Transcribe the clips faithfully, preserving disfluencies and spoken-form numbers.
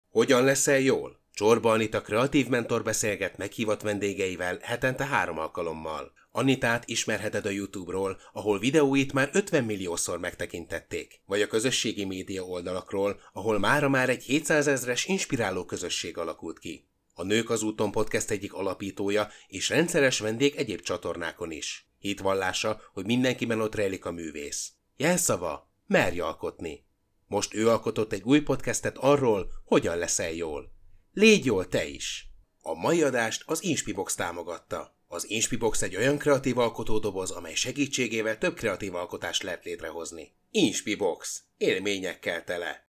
Hogyan leszel jól? Csorba Anita kreatív mentor beszélget meghívott vendégeivel hetente három alkalommal. Anitát ismerheted a YouTube-ról, ahol videóit már ötven milliószor megtekintették, vagy a közösségi média oldalakról, ahol mára már egy hétszázezres inspiráló közösség alakult ki. A Nők az úton podcast egyik alapítója és rendszeres vendég egyéb csatornákon is. Hitvallása, hogy mindenkiben ott rejlik a művész. Jelszava: merj alkotni. Most ő alkotott egy új podcastet arról, hogyan leszel jól. Légy jól te is! A mai adást az Inspibox támogatta. Az Inspibox egy olyan kreatív alkotódoboz, amely segítségével több kreatív alkotást lehet létrehozni. Inspibox. Élményekkel tele.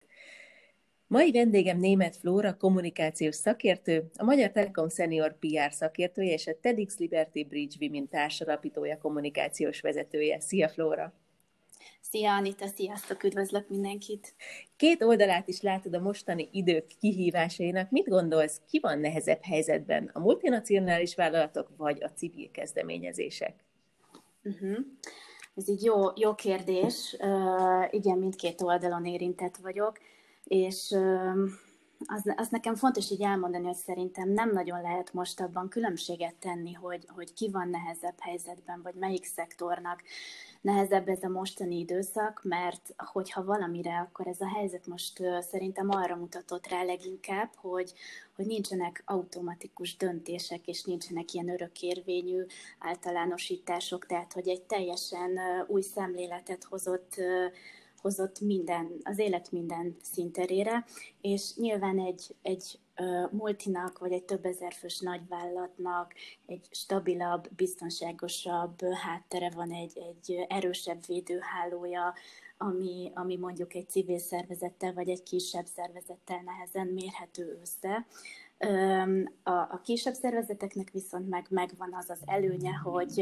Mai vendégem Németh Flóra, kommunikációs szakértő, a Magyar Telekom Senior pé er szakértője és a TEDx Liberty Bridge Women társalapítója, kommunikációs vezetője. Szia, Flóra! Szia, Anita! Sziasztok! Üdvözlök mindenkit! Két oldalát is látod a mostani idők kihívásainak. Mit gondolsz, ki van nehezebb helyzetben? A multinacionális vállalatok vagy a civil kezdeményezések? Uh-huh. Ez így jó, jó kérdés. Uh, igen, mindkét oldalon érintett vagyok, és uh, az, az nekem fontos így elmondani, hogy szerintem nem nagyon lehet most abban különbséget tenni, hogy, hogy ki van nehezebb helyzetben, vagy melyik szektornak nehezebb ez a mostani időszak, mert hogyha valamire, akkor ez a helyzet most uh, szerintem arra mutatott rá leginkább, hogy, hogy nincsenek automatikus döntések, és nincsenek ilyen örökérvényű általánosítások, tehát hogy egy teljesen uh, új szemléletet hozott uh, hozott minden, az élet minden szinterére, és nyilván egy, egy uh, multinak, vagy egy több ezer fős nagyvállalatnak egy stabilabb, biztonságosabb háttere van, egy, egy erősebb védőhálója, ami, ami mondjuk egy civil szervezettel, vagy egy kisebb szervezettel nehezen mérhető össze. Um, a, a kisebb szervezeteknek viszont meg, megvan az az előnye, hogy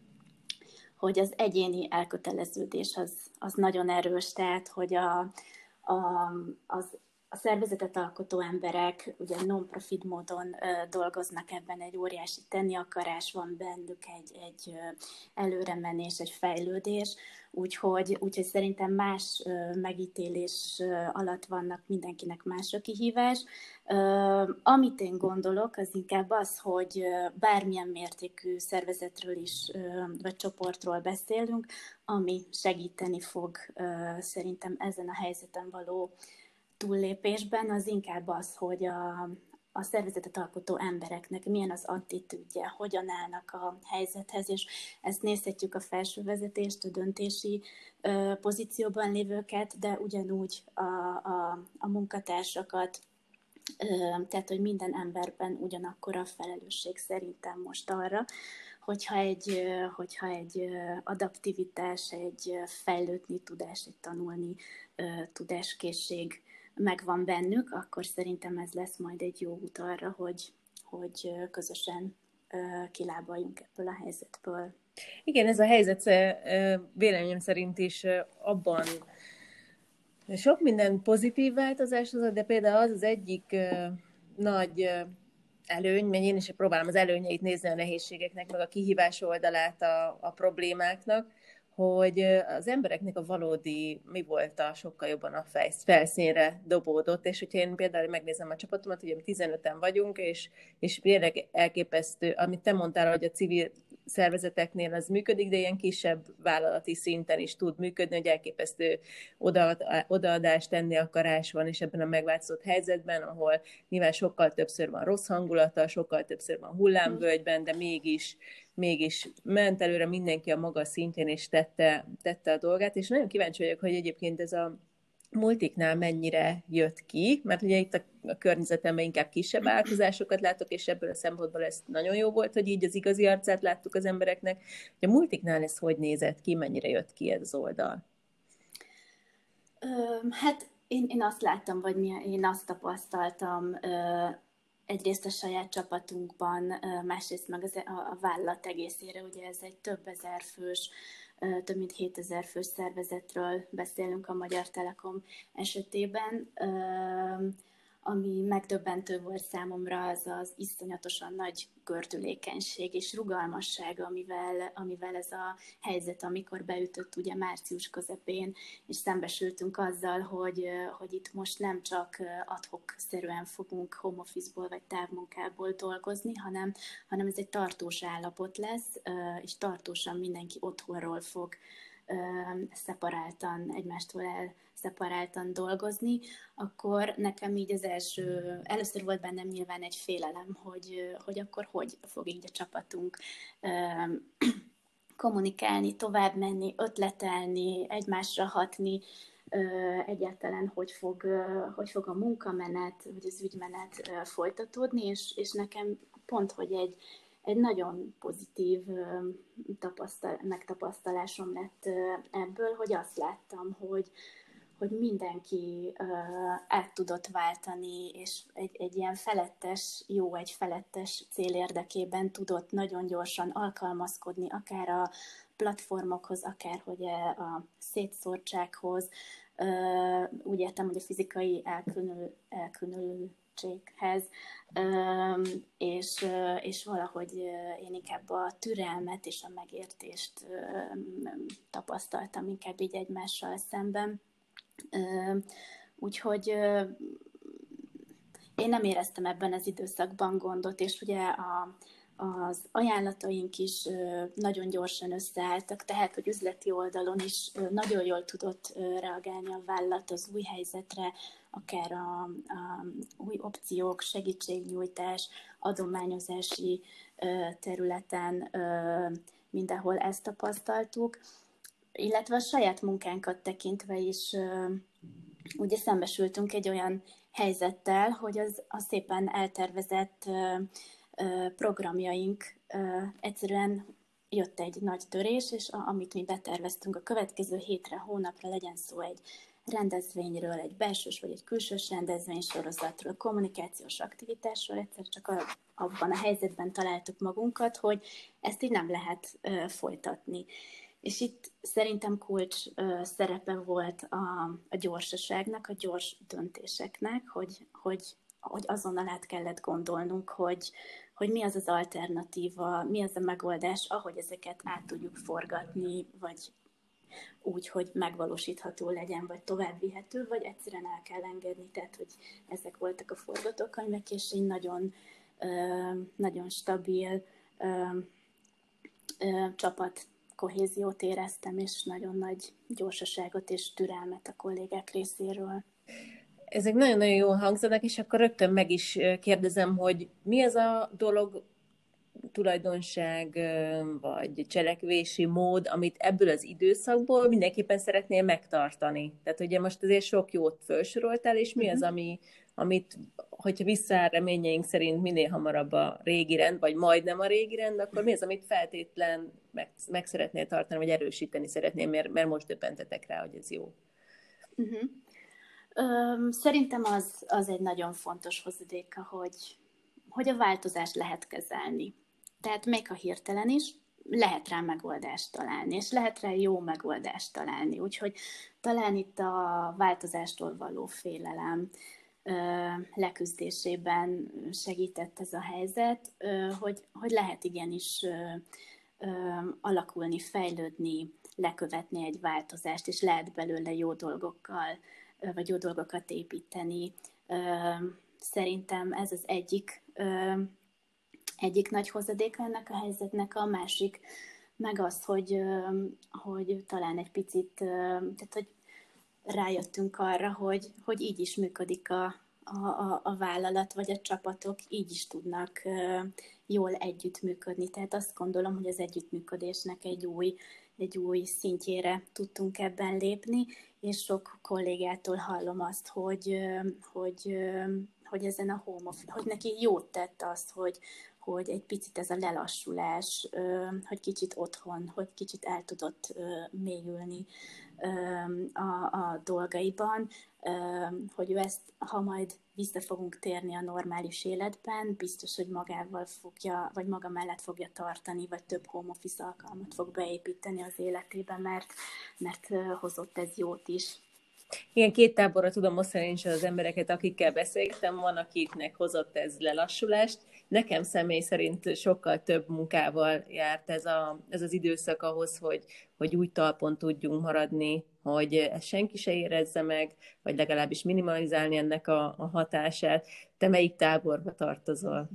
hogy az egyéni elköteleződés az, az nagyon erős, tehát hogy a, a, az, a szervezetet alkotó emberek ugye non-profit módon ö, dolgoznak ebben, egy óriási tenni akarás van bennük, egy, egy ö, előremenés, egy fejlődés, úgyhogy, úgyhogy szerintem más ö, megítélés ö, alatt vannak, mindenkinek más a kihívás. Ö, amit én gondolok, az inkább az, hogy ö, bármilyen mértékű szervezetről is, ö, vagy csoportról beszélünk, ami segíteni fog ö, szerintem ezen a helyzeten való túllépésben, az inkább az, hogy a, a szervezetet alkotó embereknek milyen az attitűdje, hogyan állnak a helyzethez, és ezt nézhetjük a felső vezetést, a döntési ö, pozícióban lévőket, de ugyanúgy a, a, a munkatársakat, ö, tehát, hogy minden emberben ugyanakkor a felelősség szerintem most arra, hogyha egy, hogyha egy adaptivitás, egy fejlődni tudás, egy tanulni tudáskészség megvan bennük, akkor szerintem ez lesz majd egy jó út arra, hogy, hogy közösen kilábaljunk ebből a helyzetből. Igen, ez a helyzet véleményem szerint is abban sok minden pozitív változás hozott, de például az az egyik nagy előny, mert én is próbálom az előnyeit nézni a nehézségeknek, meg a kihívás oldalát a, a problémáknak, hogy az embereknek a valódi mi volt a sokkal jobban a felszínre dobódott, és hogyha én például megnézem a csapatomat, ugye mi tizenöten vagyunk, és, és tényleg elképesztő, amit te mondtál, hogy a civil szervezeteknél az működik, de ilyen kisebb vállalati szinten is tud működni, hogy elképesztő oda, odaadást, tenni akarás van, és ebben a megváltozott helyzetben, ahol nyilván sokkal többször van rossz hangulata, sokkal többször van hullámvölgyben, de mégis, mégis ment előre mindenki a maga szintjén, és tette, tette a dolgát, és nagyon kíváncsi vagyok, hogy egyébként ez a multiknál mennyire jött ki, mert ugye itt a, a környezetemben inkább kisebb változásokat látok, és ebből a szempontból ez nagyon jó volt, hogy így az igazi arcát láttuk az embereknek. A multiknál ez hogy nézett ki, mennyire jött ki ez az oldal? Ö, hát én, én azt láttam, vagy mi, én azt tapasztaltam ö, egyrészt a saját csapatunkban, ö, másrészt meg az, a, a vállalat egészére, ugye ez egy több ezer fős, több mint hétezer fős szervezetről beszélünk a Magyar Telekom esetében. ami megdöbbentő volt számomra, az az iszonyatosan nagy gördülékenység és rugalmasság, amivel, amivel ez a helyzet, amikor beütött ugye március közepén, és szembesültünk azzal, hogy, hogy itt most nem csak ad-hoc-szerűen fogunk home office-ból vagy távmunkából dolgozni, hanem, hanem ez egy tartós állapot lesz, és tartósan mindenki otthonról fog szeparáltan, egymástól elszeparáltan dolgozni, akkor nekem így az első, először volt bennem nyilván egy félelem, hogy, hogy akkor hogy fog így a csapatunk kommunikálni, tovább menni, ötletelni, egymásra hatni, egyáltalán hogy fog, hogy fog a munkamenet, vagy az ügymenet folytatódni, és, és nekem pont, hogy egy Egy nagyon pozitív tapasztal- megtapasztalásom lett ebből, hogy azt láttam, hogy, hogy mindenki át tudott váltani, és egy, egy ilyen felettes, jó, egy felettes cél érdekében tudott nagyon gyorsan alkalmazkodni, akár a platformokhoz, akár hogy a szétszórtsághoz. Úgy értem, hogy a fizikai elkülönül, elkülönül és, és valahogy én inkább a türelmet és a megértést tapasztaltam inkább így egymással szemben. Úgyhogy én nem éreztem ebben az időszakban gondot, és ugye a, az ajánlataink is nagyon gyorsan összeálltak, tehát hogy üzleti oldalon is nagyon jól tudott reagálni a vállalat az új helyzetre, akár a, a új opciók, segítségnyújtás, adományozási területen mindenhol ezt tapasztaltuk, illetve a saját munkánkat tekintve is ugye szembesültünk egy olyan helyzettel, hogy az a szépen eltervezett programjaink egyszerűen jött egy nagy törés, és a, amit mi beterveztünk a következő hétre, hónapra, legyen szó egy rendezvényről, egy belsős vagy egy külsős rendezvénysorozatról, kommunikációs aktivitásról, egyszer csak a, abban a helyzetben találtuk magunkat, hogy ezt így nem lehet uh, folytatni. És itt szerintem kulcs uh, szerepe volt a, a gyorsaságnak, a gyors döntéseknek, hogy, hogy, hogy azonnal át kellett gondolnunk, hogy, hogy mi az az alternatíva, mi az a megoldás, ahogy ezeket át tudjuk forgatni, vagy úgy, hogy megvalósítható legyen, vagy tovább vihető, vagy egyszerűen el kell engedni. Tehát, hogy ezek voltak a forgatókönyvek, és én nagyon, nagyon stabil csapat kohéziót éreztem, és nagyon nagy gyorsaságot és türelmet a kollégák részéről. Ezek nagyon-nagyon jól hangzanak, és akkor rögtön meg is kérdezem, hogy mi az a dolog, tulajdonság, vagy cselekvési mód, amit ebből az időszakból mindenképpen szeretnél megtartani. Tehát ugye most azért sok jót felsoroltál, és mi uh-huh. az, ami, amit, hogyha visszaáll reményeink szerint minél hamarabb a régi rend, vagy majdnem a régi rend, akkor mi az, amit feltétlen meg, meg szeretnél tartani, vagy erősíteni szeretnél, mert, mert most döbbentetek rá, hogy ez jó. Uh-huh. Öm, szerintem az, az egy nagyon fontos hozadéka, hogy, hogy a változást lehet kezelni. Tehát még ha hirtelen is, lehet rá megoldást találni, és lehet rá jó megoldást találni. Úgyhogy talán itt a változástól való félelem ö, leküzdésében segített ez a helyzet, ö, hogy, hogy lehet igenis ö, ö, alakulni, fejlődni, lekövetni egy változást, és lehet belőle jó dolgokkal, ö, vagy jó dolgokat építeni. Ö, szerintem ez az egyik ö, egyik nagy hozadéka ennek a helyzetnek, a másik meg az, hogy, hogy talán egy picit, tehát hogy rájöttünk arra, hogy, hogy így is működik a, a, a vállalat, vagy a csapatok így is tudnak jól együttműködni. Tehát azt gondolom, hogy az együttműködésnek egy új, egy új szintjére tudtunk ebben lépni, és sok kollégától hallom azt, hogy, hogy, hogy ezen a home office, hogy neki jót tett azt, hogy, hogy egy picit ez a lelassulás, hogy kicsit otthon, hogy kicsit el tudott mélyülni a, a dolgaiban, hogy ő ezt, ha majd vissza fogunk térni a normális életben, biztos, hogy magával fogja, vagy maga mellett fogja tartani, vagy több home office alkalmat fog beépíteni az életébe, mert, mert hozott ez jót is. Igen, két táborra tudom osztani is az embereket, akikkel beszélgetem. Van, akiknek hozott ez lelassulást. Nekem személy szerint sokkal több munkával járt ez, a, ez az időszak ahhoz, hogy, hogy úgy talpon tudjunk maradni, hogy ezt senki se érezze meg, vagy legalábbis minimalizálni ennek a, a hatását. Te melyik táborba tartozol?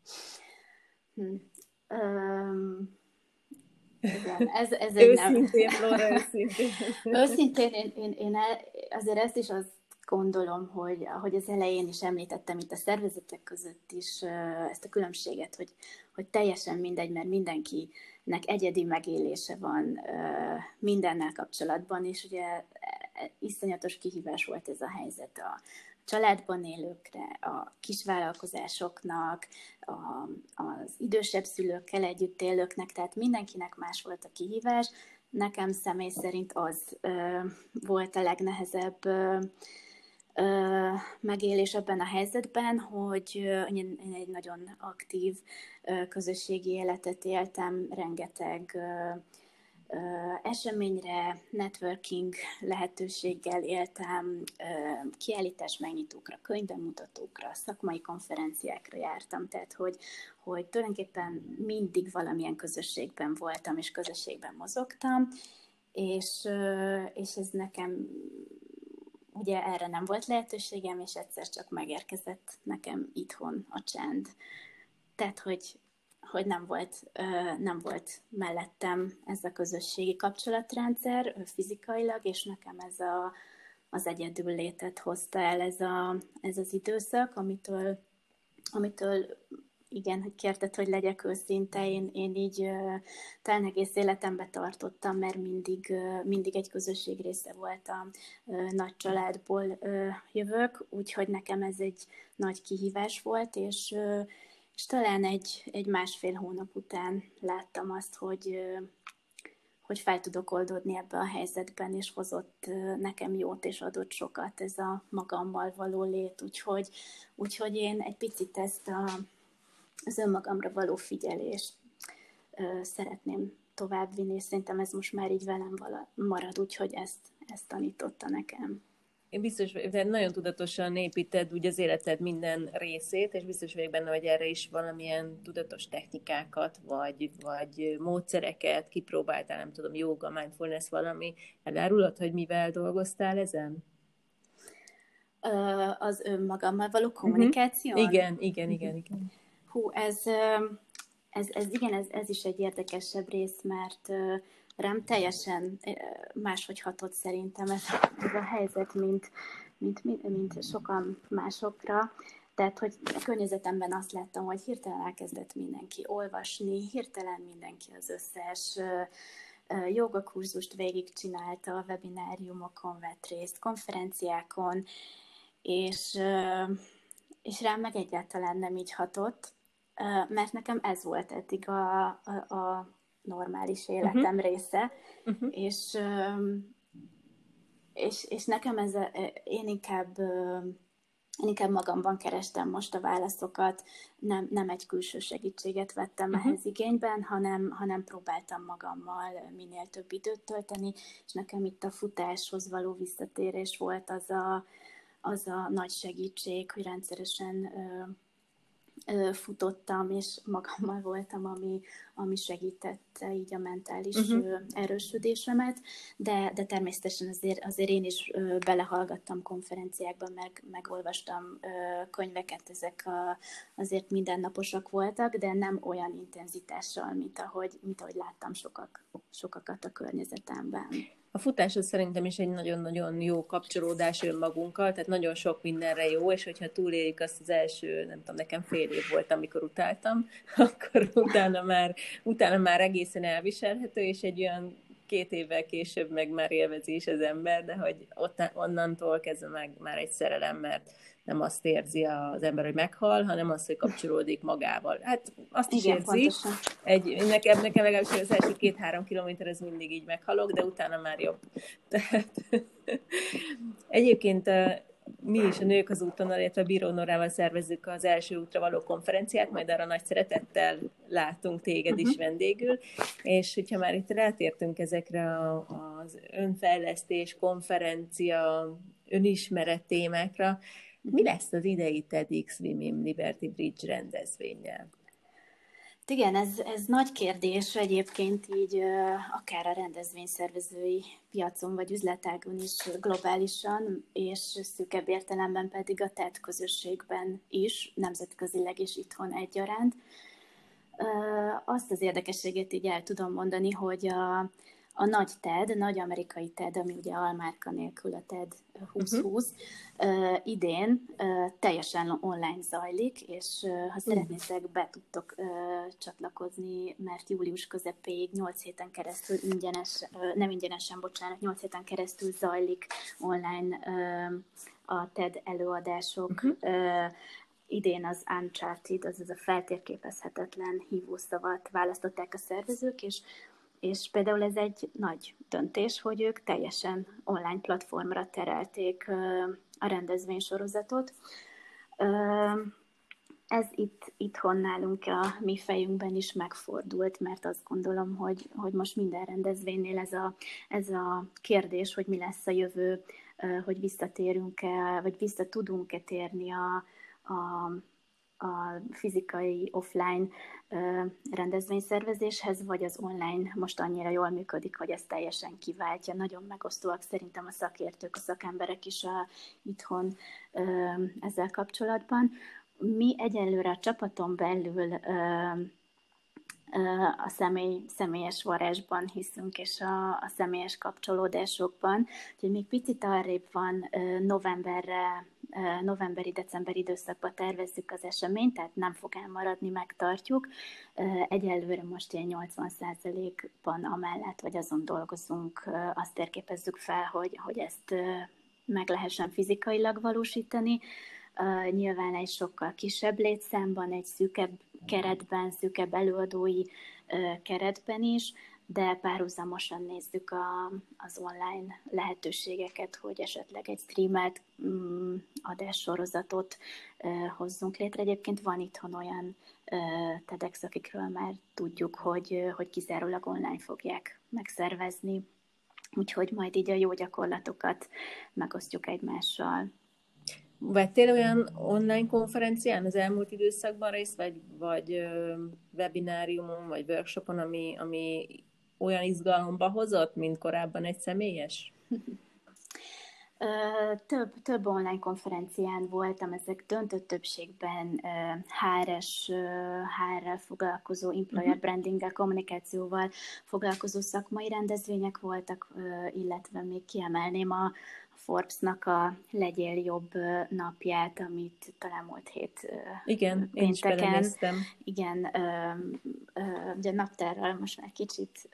Hm. Um... Igen, ez, ez egy őszintén, Flóra, őszintén. Őszintén én, én, én el, azért ezt is azt gondolom, hogy ahogy az elején is említettem itt a szervezetek között is ezt a különbséget, hogy, hogy teljesen mindegy, mert mindenkinek egyedi megélése van mindennel kapcsolatban, és ugye iszonyatos kihívás volt ez a helyzet a családban élőkre, a kisvállalkozásoknak, a, az idősebb szülőkkel együtt élőknek, tehát mindenkinek más volt a kihívás. Nekem személy szerint az ö, volt a legnehezebb ö, ö, megélés ebben a helyzetben, hogy én, én egy nagyon aktív ö, közösségi életet éltem, rengeteg ö, eseményre, networking lehetőséggel éltem, kiállítás megnyitókra, könyvbemutatókra, szakmai konferenciákra jártam, tehát hogy, hogy tulajdonképpen mindig valamilyen közösségben voltam, és közösségben mozogtam, és, és ez nekem ugye erre nem volt lehetőségem, és egyszer csak megérkezett nekem itthon a csend. Tehát, hogy hogy nem volt, nem volt mellettem ez a közösségi kapcsolatrendszer fizikailag, és nekem ez a, az egyedül létet hozta el ez, a, ez az időszak, amitől, amitől igen, hogy kérted, hogy legyek őszinte, én, én így talán egész életemben tartottam, mert mindig, mindig egy közösség része voltam, nagy családból jövök, úgyhogy nekem ez egy nagy kihívás volt, és És talán egy, egy másfél hónap után láttam azt, hogy, hogy fel tudok oldódni ebbe a helyzetben, és hozott nekem jót, és adott sokat ez a magammal való lét. Úgyhogy, úgyhogy én egy picit ezt a, az önmagamra való figyelést szeretném továbbvinni, és szerintem ez most már így velem marad, úgyhogy ezt, ezt tanította nekem. Én biztos vagyok, de nagyon tudatosan építed úgy az életed minden részét, és biztos vagyok benne, hogy erre is valamilyen tudatos technikákat, vagy, vagy módszereket kipróbáltál, nem tudom, jóga, mindfulness, valami. Elárulod, hogy mivel dolgoztál ezen? Az önmagammal való kommunikáció? Uh-huh. Igen, igen, igen, igen. Hú, ez, ez, ez igen, ez, ez is egy érdekesebb rész, mert rám teljesen máshogy hatott szerintem ez, ez a helyzet, mint, mint, mint, mint sokan másokra. Tehát, hogy a környezetemben azt láttam, hogy hirtelen elkezdett mindenki olvasni, hirtelen mindenki az összes jogakurzust végigcsinálta, webináriumokon vett részt, konferenciákon, és, és rám meg egyáltalán nem így hatott, mert nekem ez volt eddig a, a, a normális életem uh-huh. része, uh-huh. És, és, és nekem ez a, én inkább, én inkább magamban kerestem most a válaszokat, nem, nem egy külső segítséget vettem uh-huh. ehhez igényben, hanem, hanem próbáltam magammal minél több időt tölteni, és nekem itt a futáshoz való visszatérés volt az a, az a nagy segítség, hogy rendszeresen futottam, és magammal voltam, ami, ami segítette így a mentális uh-huh. erősödésemet, de, de természetesen azért, azért én is belehallgattam konferenciákban, meg, megolvastam könyveket, ezek a, azért mindennaposak voltak, de nem olyan intenzitással, mint ahogy, mint ahogy láttam sokak, sokakat a környezetemben. A futás az szerintem is egy nagyon-nagyon jó kapcsolódás önmagunkkal, tehát nagyon sok mindenre jó, és hogyha túléljük azt az első, nem tudom, nekem fél év volt, amikor utáltam, akkor utána már, utána már egészen elviselhető, és egy olyan két évvel később meg már élvezi is az ember, de hogy ott, onnantól kezdve meg már egy szerelem, mert nem azt érzi az ember, hogy meghal, hanem azt, hogy kapcsolódik magával. Hát azt is igen, érzi. Egy, nekem, nekem legalábbis az első két-három kilométer ez mindig így meghalok, de utána már jobb. Tehát egyébként mi is a Nők az úton, illetve Bíró Norával szervezzük az első útra való konferenciát, majd arra nagy szeretettel látunk téged uh-huh. is vendégül, és hogyha már itt rátértünk ezekre a, a az önfejlesztés, konferencia, önismeret témákra. Mi lesz az idei TEDx Women Liberty Bridge rendezvénnyel? Igen, ez, ez nagy kérdés egyébként így akár a rendezvényszervezői piacon vagy üzletágon is globálisan, és szűkebb értelemben pedig a TED közösségben is, nemzetközileg és itthon egyaránt. Azt az érdekességet így el tudom mondani, hogy a, a nagy TED, nagy amerikai TED, ami ugye almárka nélkül a TED húsz-húsz, uh-huh. idén uh, teljesen online zajlik, és uh, ha szeretnétek, be tudtok uh, csatlakozni, mert július közepéig nyolc héten keresztül ingyenes, uh, nem ingyenesen, bocsánat, nyolc héten keresztül zajlik online uh, a TED előadások. Uh-huh. Uh, Idén az Uncharted, azaz a feltérképezhetetlen hívószavat választották a szervezők, és, és például ez egy nagy döntés, hogy ők teljesen online platformra terelték a rendezvénysorozatot. Ez itt, itthon nálunk a mi fejünkben is megfordult, mert azt gondolom, hogy, hogy most minden rendezvénynél ez a, ez a kérdés, hogy mi lesz a jövő, hogy visszatérünk-e, vagy vissza tudunk-e térni a A, a fizikai offline ö, rendezvényszervezéshez, vagy az online most annyira jól működik, hogy ez teljesen kiváltja. Nagyon megosztóak szerintem a szakértők, a szakemberek is a, itthon ö, ezzel kapcsolatban. Mi egyelőre a csapaton belül ö, a személy, személyes varázsban hiszünk, és a, a személyes kapcsolódásokban. Úgyhogy még picit arrébb van, novemberre, novemberi-december időszakban tervezzük az eseményt, tehát nem fog elmaradni, megtartjuk. Egyelőre most ilyen nyolcvan százalékban amellett, vagy azon dolgozunk, azt térképezzük fel, hogy, hogy ezt meg lehessen fizikailag valósítani. Uh, nyilván egy sokkal kisebb létszámban, egy szűkebb keretben, szűkebb előadói uh, keretben is, de párhuzamosan nézzük a, az online lehetőségeket, hogy esetleg egy streamelt um, adássorozatot uh, hozzunk létre. Egyébként van itthon olyan uh, TEDx, akikről már tudjuk, hogy, uh, hogy kizárólag online fogják megszervezni, úgyhogy majd így a jó gyakorlatokat megosztjuk egymással. Vettél olyan online konferencián az elmúlt időszakban részt, vagy, vagy ö, webináriumon, vagy workshopon, ami, ami olyan izgalomba hozott, mint korábban egy személyes? Több, több online konferencián voltam, ezek döntő többségben há er es, há er-rel foglalkozó, employer uh-huh. brandinggel, kommunikációval foglalkozó szakmai rendezvények voltak, illetve még kiemelném a Forbes-nak a Legyél jobb napját, amit talán múlt hét igen, pénteken. Igen, ö, ö, ugye naptárral most már kicsit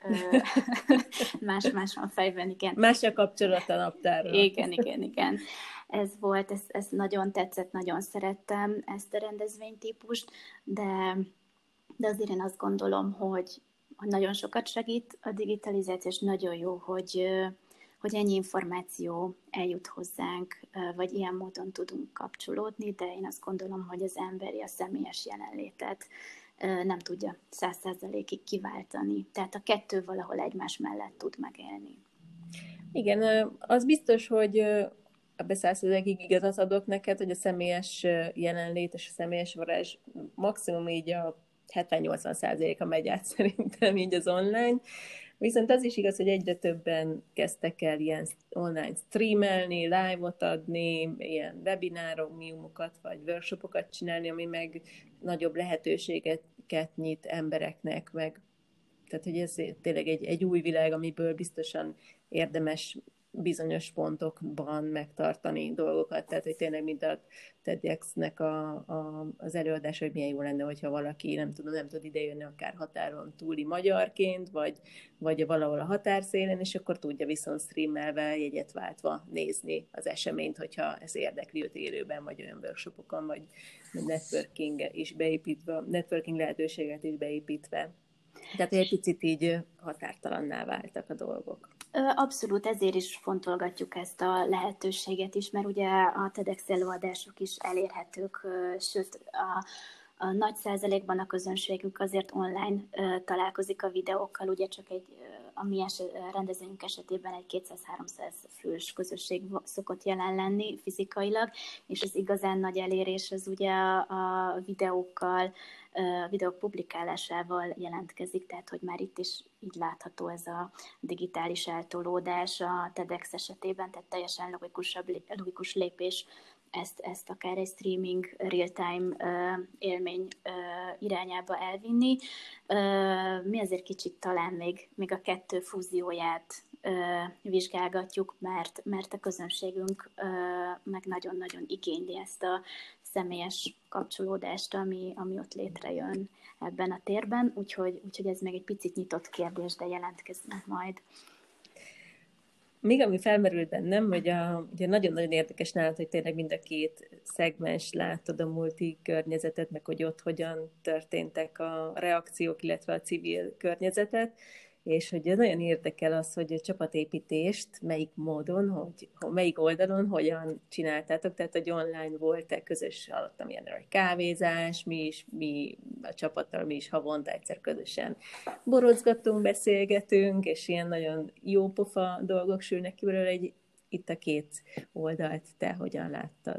más-más van fejben, igen. Más a kapcsolat a naptárral. Igen, igen, igen. Ez volt, ez, ez nagyon tetszett, nagyon szerettem ezt a rendezvénytípust, de, de azért én azt gondolom, hogy, hogy nagyon sokat segít a digitalizáció, és nagyon jó, hogy hogy ennyi információ eljut hozzánk, vagy ilyen módon tudunk kapcsolódni, de én azt gondolom, hogy az emberi, a személyes jelenlétet nem tudja száz százalékig kiváltani. Tehát a kettő valahol egymás mellett tud megélni. Igen, az biztos, hogy ebbe száz százalékig igazat adok neked, hogy a személyes jelenlét és a személyes varázs maximum így a hetven-nyolcvan százaléka megy át szerintem így az online. Viszont az is igaz, hogy egyre többen kezdtek el ilyen online streamelni, live-ot adni, ilyen webinárokat vagy workshopokat csinálni, ami meg nagyobb lehetőséget nyit embereknek, meg tehát, hogy ez tényleg egy, egy új világ, amiből biztosan érdemes bizonyos pontokban megtartani dolgokat, tehát hogy tényleg mint a TEDx-nek a, a, az előadás, hogy milyen jó lenne, hogyha valaki nem tudom, nem tud idejönni akár határon túli magyarként, vagy, vagy valahol a határszélen, és akkor tudja viszont streamelve, jegyet váltva nézni az eseményt, hogyha ez érdekli őt élőben, vagy olyan workshopokon, vagy networking is beépítve, networking lehetőséget is beépítve. Tehát egy picit így határtalanná váltak a dolgok. Abszolút, ezért is fontolgatjuk ezt a lehetőséget is, mert ugye a TEDx előadások is elérhetők, sőt a, a nagy százalékban a közönségünk azért online találkozik a videókkal, ugye csak egy a mi eset, rendezvényünk esetében egy kétszáz-háromszáz fős közösség szokott jelen lenni fizikailag, és az igazán nagy elérés az ugye a, a videókkal, a videók publikálásával jelentkezik, tehát hogy már itt is így látható ez a digitális eltolódás a TEDx esetében, tehát teljesen logikusabb, logikus lépés ezt, ezt akár egy streaming real-time uh, élmény uh, irányába elvinni. Uh, mi azért kicsit talán még, még a kettő fúzióját uh, vizsgálgatjuk, mert, mert a közönségünk uh, meg nagyon-nagyon igényli ezt a személyes kapcsolódást, ami, ami ott létrejön ebben a térben, úgyhogy, úgyhogy ez még egy picit nyitott kérdés, de jelentkeznek majd. Még ami felmerült bennem, hogy a, ugye nagyon-nagyon érdekes nálad, hogy tényleg mind a két szegmens látod a multi környezetet, meg hogy ott hogyan történtek a reakciók, illetve a civil környezetet, és hogy nagyon érdekel az, hogy a csapatépítést melyik módon, hogy melyik oldalon hogyan csináltátok, tehát hogy online volt-e közös, hallottam ilyenre, hogy kávézás, mi is, mi a csapattal, mi is havonta egyszer közösen borozgatunk, beszélgetünk, és ilyen nagyon jó pofa dolgok sülnek ki belőle, egy, itt a két oldalt te hogyan láttad?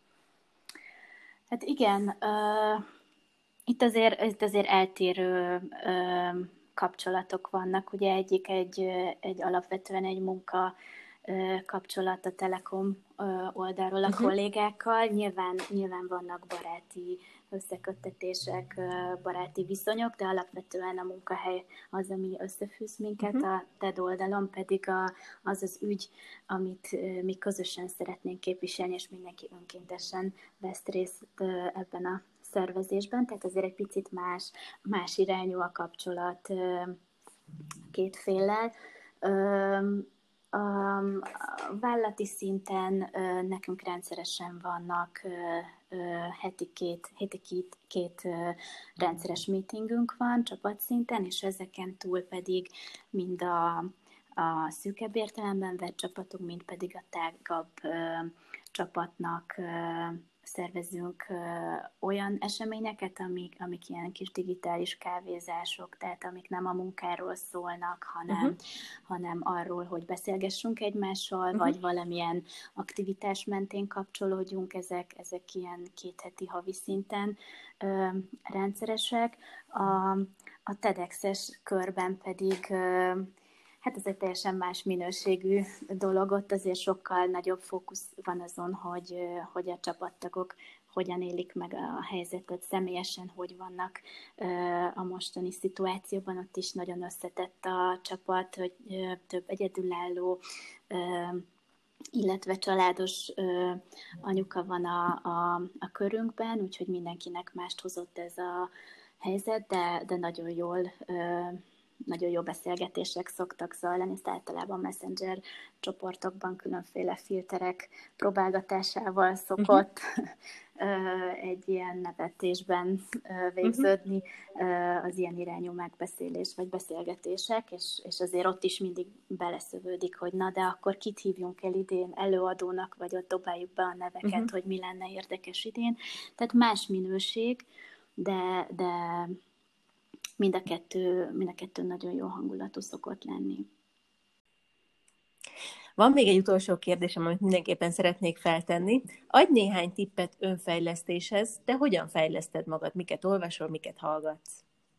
Hát igen, uh, itt, azért, itt azért eltérő uh, kapcsolatok vannak. Ugye egyik egy, egy alapvetően egy munka kapcsolat a Telekom oldalról a uh-huh. kollégákkal. Nyilván, nyilván vannak baráti összeköttetések, baráti viszonyok, de alapvetően a munkahely az, ami összefűz minket, uh-huh. a TED oldalon pedig a, az az ügy, amit mi közösen szeretnénk képviselni, és mindenki önkéntesen vesz részt ebben a szervezésben, tehát azért egy picit más, más irányú a kapcsolat két féllel. A vállalati szinten nekünk rendszeresen vannak heti két, heti két, két rendszeres meetingünk van csapatszinten, és ezeken túl pedig mind a, a szűkebb értelemben vett csapatunk, mind pedig a tágabb csapatnak szervezünk ö, olyan eseményeket, amik, amik ilyen kis digitális kávézások, tehát amik nem a munkáról szólnak, hanem, uh-huh. hanem arról, hogy beszélgessünk egymással, uh-huh. vagy valamilyen aktivitás mentén kapcsolódjunk, ezek, ezek ilyen két heti havi szinten ö, rendszeresek. A, a TEDx-es körben pedig ö, hát ez egy teljesen más minőségű dolog, ott azért sokkal nagyobb fókusz van azon, hogy, hogy a csapattagok hogyan élik meg a helyzetet személyesen, hogy vannak a mostani szituációban, ott is nagyon összetett a csapat, hogy több egyedülálló, illetve családos anyuka van a, a, a körünkben, úgyhogy mindenkinek mást hozott ez a helyzet, de, de nagyon jól nagyon jó beszélgetések szoktak zajlani, ezt általában Messenger csoportokban különféle filterek próbálgatásával szokott uh-huh. egy ilyen nevetésben végződni uh-huh. az ilyen irányú megbeszélés vagy beszélgetések, és, és azért ott is mindig beleszövődik, hogy na, de akkor kit hívjunk el idén előadónak, vagy ott dobáljuk be a neveket, uh-huh. hogy mi lenne érdekes idén. Tehát más minőség, de, de Mind a, kettő, mind a kettő nagyon jó hangulatú szokott lenni. Van még egy utolsó kérdésem, amit mindenképpen szeretnék feltenni. Adj néhány tippet önfejlesztéshez. Te hogyan fejleszted magad? Miket olvasol, miket hallgatsz?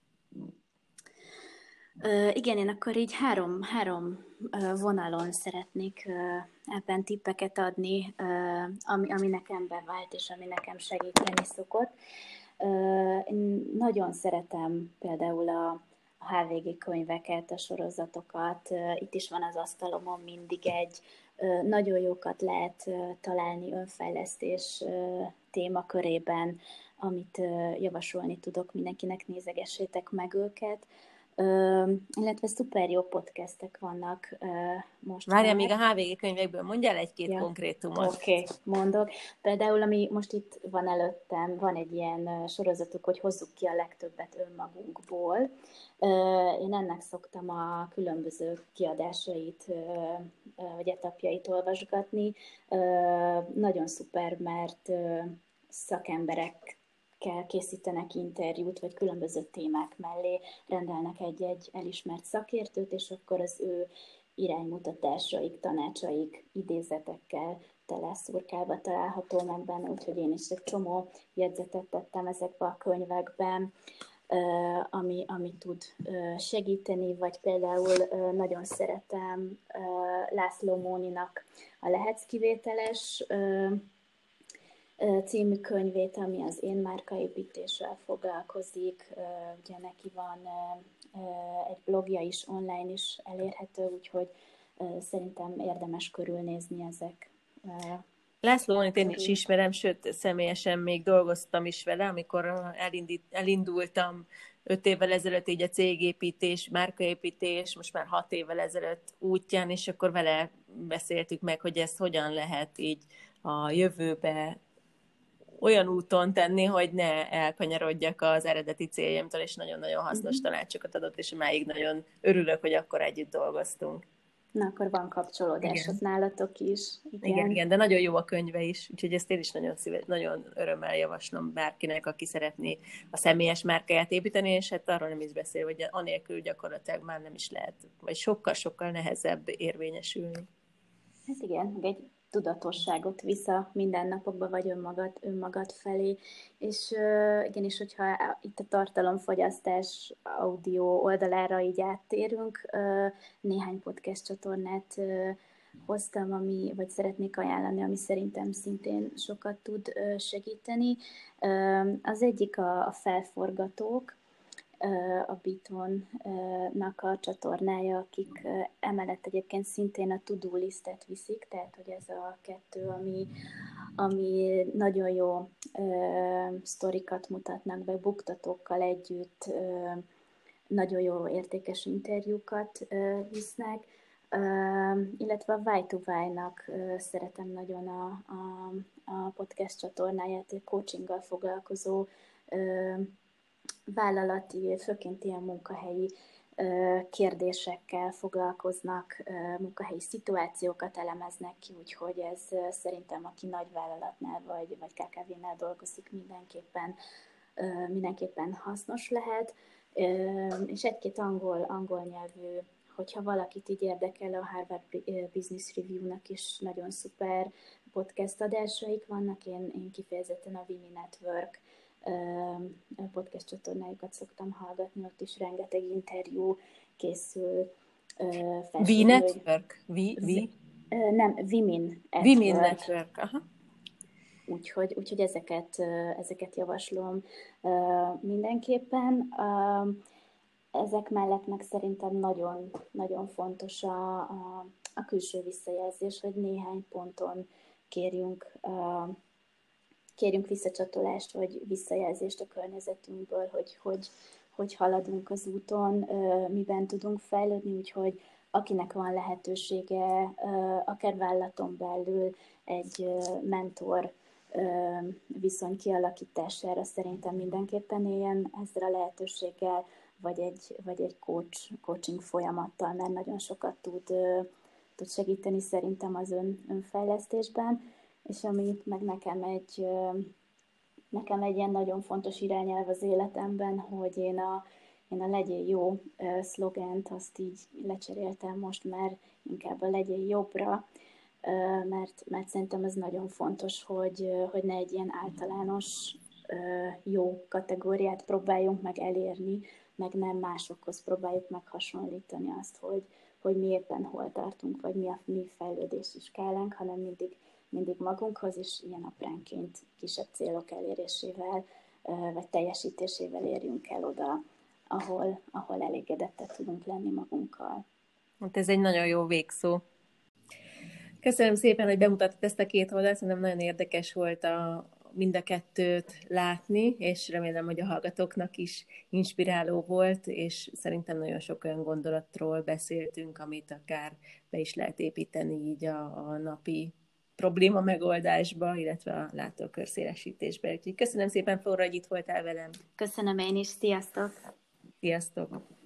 Uh, igen, én akkor így három, három uh, vonalon szeretnék uh, ebben tippeket adni, uh, ami, ami nekem bevált, és ami nekem segíteni szokott. Uh, én nagyon szeretem például a, a há vé gé könyveket, a sorozatokat. Uh, itt is van az asztalomon mindig egy. Uh, nagyon jókat lehet uh, találni önfejlesztés uh, témakörében, amit uh, javasolni tudok mindenkinek, nézegessétek meg őket. Uh, illetve szuper jó podcastek vannak uh, most. Várjál, még a há vé gé könyvekből mondjál egy-két ja. konkrétumot. Oké, okay, mondok. Például, ami most itt van előttem, van egy ilyen uh, sorozatuk, hogy hozzuk ki a legtöbbet önmagunkból. Uh, én ennek szoktam a különböző kiadásait, uh, uh, vagy etapjait olvasgatni. Uh, nagyon szuper, mert uh, szakemberek emberekkel készítenek interjút, vagy különböző témák mellé rendelnek egy-egy elismert szakértőt, és akkor az ő iránymutatásaik, tanácsaik, idézetekkel tele szurkálva található meg benne, úgyhogy én is egy csomó jegyzetet tettem ezekbe a könyvekben, ami, ami tud segíteni, vagy például nagyon szeretem László Móninak a Lehetsz kivételes című könyvét, ami az én márkaépítéssel foglalkozik. Ugye neki van egy blogja is, online is elérhető, úgyhogy szerintem érdemes körülnézni ezek. László Mónit én is ismerem, sőt, személyesen még dolgoztam is vele, amikor elindít, elindultam öt évvel ezelőtt így a cégépítés, márkaépítés, most már hat évvel ezelőtt útján, és akkor vele beszéltük meg, hogy ezt hogyan lehet így a jövőbe olyan úton tenni, hogy ne elkanyarodjak az eredeti céljaimtól, és nagyon-nagyon hasznos tanácsokat adott, és máig nagyon örülök, hogy akkor együtt dolgoztunk. Na, akkor van kapcsolódás ott nálatok is. Igen. igen, igen, de nagyon jó a könyve is, úgyhogy ezt én is nagyon, szíves, nagyon örömmel javaslom bárkinek, aki szeretné a személyes márkáját építeni, és hát arról nem is beszél, hogy anélkül gyakorlatilag már nem is lehet, vagy sokkal-sokkal nehezebb érvényesülni. Hát igen, egy tudatosságot visz a mindennapokba, vagy önmagad, önmagad felé. És uh, igenis, hogyha itt a tartalomfogyasztás audio oldalára így áttérünk, uh, néhány podcast csatornát uh, hoztam, ami, vagy szeretnék ajánlani, ami szerintem szintén sokat tud uh, segíteni. Uh, az egyik a, a felforgatók, a Beaton-nak a csatornája, akik emellett egyébként szintén a to-do listet viszik, tehát hogy ez a kettő, ami, ami nagyon jó uh, sztorikat mutatnak be, buktatókkal együtt, uh, nagyon jó értékes interjúkat uh, visznek, uh, illetve a Why to Why-nak uh, szeretem nagyon a, a, a podcast csatornáját, a coachinggal foglalkozó uh, vállalati, főként ilyen munkahelyi kérdésekkel foglalkoznak, munkahelyi szituációkat elemeznek ki, úgyhogy ez szerintem, aki nagy vállalatnál vagy, vagy ká ká vé-nál dolgozik, mindenképpen, mindenképpen hasznos lehet. És egy-két angol, angol nyelvű, hogyha valakit így érdekel, a Harvard Business Review-nak is nagyon szuper podcast adásaik vannak, én, én kifejezetten a Vimi Network podcast csatornájukat szoktam hallgatni, ott is rengeteg interjú készül. V-Network? V? Nem, Vimin Vimin Network, aha. Úgyhogy, úgyhogy ezeket, ezeket javaslom mindenképpen. Ezek mellett meg szerintem nagyon, nagyon fontos a, a, a külső visszajelzés, hogy néhány ponton kérjünk kérjünk visszacsatolást, vagy visszajelzést a környezetünkből, hogy, hogy, hogy haladunk az úton, miben tudunk fejlődni, úgyhogy akinek van lehetősége, akár vállalaton belül egy mentor viszony kialakítására, szerintem mindenképpen éljen ezzel a lehetőséggel, vagy egy, vagy egy coach, coaching folyamattal, mert nagyon sokat tud, tud segíteni szerintem az ön, önfejlesztésben. És ami meg nekem egy, nekem egy ilyen nagyon fontos irányelv az életemben, hogy én a, én a legyél jó szlogent, azt így lecseréltem most már inkább a legyél jobbra, mert, mert szerintem ez nagyon fontos, hogy, hogy ne egy ilyen általános jó kategóriát próbáljunk meg elérni, meg nem másokhoz próbáljuk meg hasonlítani azt, hogy, hogy mi éppen hol tartunk, vagy mi a mi fejlődési skálánk, hanem mindig mindig magunkhoz, és ilyen apránként kisebb célok elérésével, vagy teljesítésével érjünk el oda, ahol, ahol elégedettek tudunk lenni magunkkal. Hát ez egy nagyon jó végszó. Köszönöm szépen, hogy bemutattad ezt a két oldalt, szerintem nagyon érdekes volt a, mind a kettőt látni, és remélem, hogy a hallgatóknak is inspiráló volt, és szerintem nagyon sok olyan gondolatról beszéltünk, amit akár be is lehet építeni így a, a napi probléma megoldásba, illetve a látókör szélesítésbe. Úgyhogy köszönöm szépen, Flóra, hogy itt voltál velem. Köszönöm én is, sziasztok! Sziasztok!